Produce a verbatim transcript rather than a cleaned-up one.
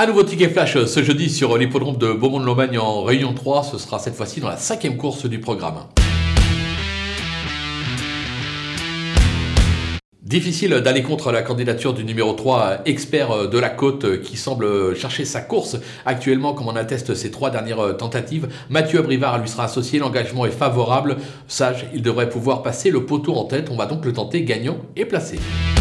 Un nouveau ticket flash ce jeudi sur l'hippodrome de Beaumont-de-Lomagne en Réunion trois. Ce sera cette fois-ci dans la cinquième course du programme. Difficile d'aller contre la candidature du numéro trois, expert de la côte, qui semble chercher sa course actuellement, comme en attestent ses trois dernières tentatives. Mathieu Abrivard lui sera associé, l'engagement est favorable. Sage, il devrait pouvoir passer le poteau en tête. On va donc le tenter gagnant et placé.